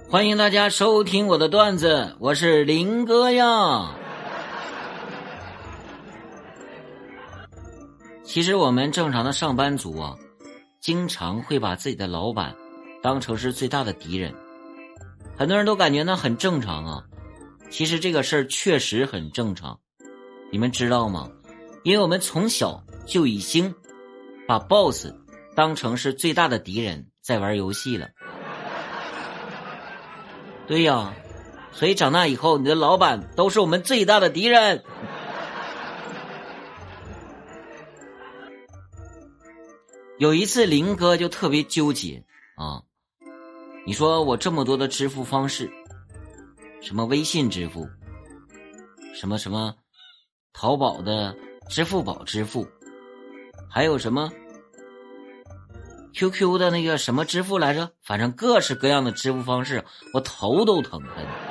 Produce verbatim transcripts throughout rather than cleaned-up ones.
欢迎大家收听我的段子，我是林哥呀。其实我们正常的上班族啊，经常会把自己的老板当成是最大的敌人，很多人都感觉那很正常啊。其实这个事儿确实很正常，你们知道吗？因为我们从小就已经把 boss 当成是最大的敌人在玩游戏了。对呀，所以长大以后你的老板都是我们最大的敌人。有一次林哥就特别纠结啊，你说我这么多的支付方式，什么微信支付，什么什么淘宝的支付宝支付，还有什么 Q Q 的那个什么支付来着，反正各式各样的支付方式，我头都疼。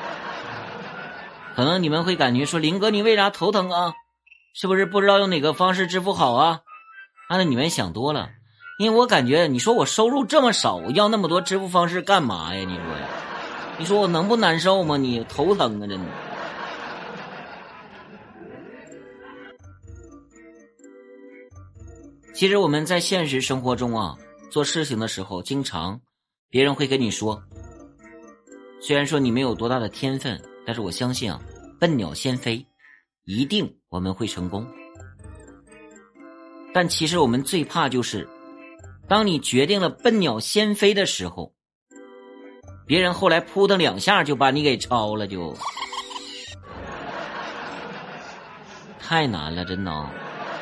可能你们会感觉说，林哥你为啥头疼啊？是不是不知道用哪个方式支付好啊？啊，那你们想多了，因为我感觉你说我收入这么少，我要那么多支付方式干嘛呀？你说呀？你说我能不难受吗？你头疼啊，真的。其实我们在现实生活中啊，做事情的时候，经常别人会跟你说，虽然说你没有多大的天分，但是我相信啊，笨鸟先飞，一定我们会成功。但其实我们最怕就是当你决定了笨鸟先飞的时候，别人后来扑腾两下就把你给超了，就太难了，真的啊。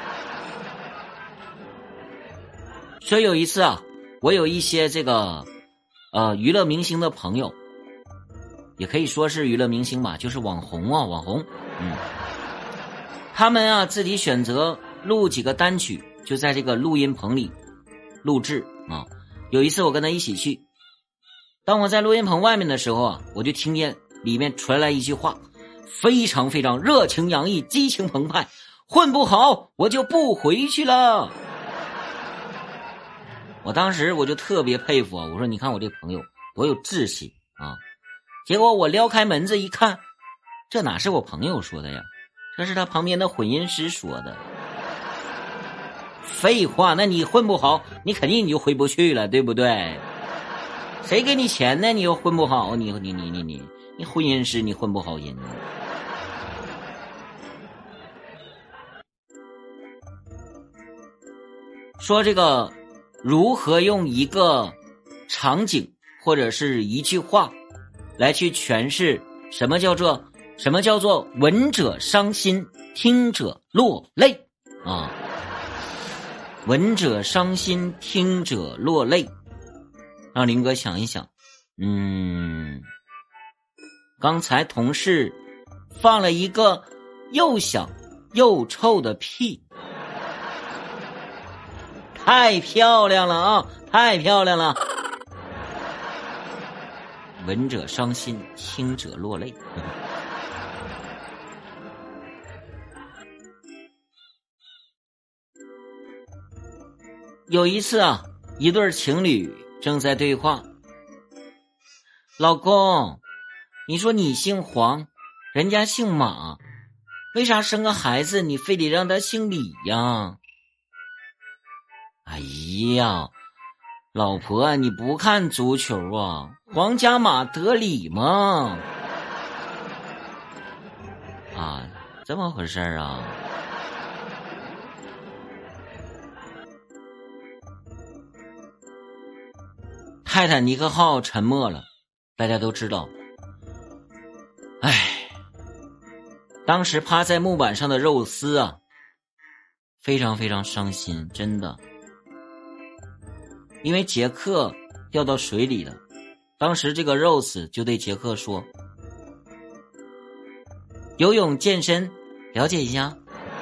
所以有一次啊，我有一些这个呃娱乐明星的朋友，也可以说是娱乐明星吧，就是网红啊，网红，嗯，他们啊自己选择录几个单曲，就在这个录音棚里录制啊。有一次我跟他一起去，当我在录音棚外面的时候啊，我就听见里面传来一句话，非常非常热情洋溢，激情澎湃，混不好我就不回去了。我当时我就特别佩服啊，我说你看我这个朋友多有志气啊！结果我撩开门子一看，这哪是我朋友说的呀，这是他旁边的混音师说的。废话，那你混不好你肯定你就回不去了，对不对？谁给你钱呢？你又混不好，你你你你你你混音师你混不好音。说这个如何用一个场景或者是一句话来去诠释什么叫做什么叫做闻者伤心，听者落泪啊！闻者伤心，听者落泪。让林哥想一想，嗯，刚才同事放了一个又响又臭的屁。太漂亮了啊！太漂亮了。闻者伤心，听者落泪。有一次啊，一对情侣正在对话，老公，你说你姓黄，人家姓马，为啥生个孩子你非得让他姓李呀？哎呀，老婆你不看足球啊，皇家马德里吗？啊，这么回事啊。泰坦尼克号沉没了，大家都知道。唉，当时趴在木板上的肉丝啊，非常非常伤心，真的。因为杰克掉到水里了，当时这个 Rose 就对杰克说，游泳健身了解一下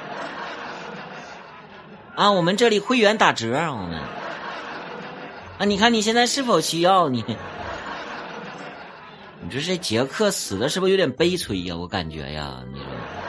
啊，我们这里会员打折啊，我们啊，你看你现在是否需要你你说这杰克死的是不是有点悲催呀？我感觉呀，你说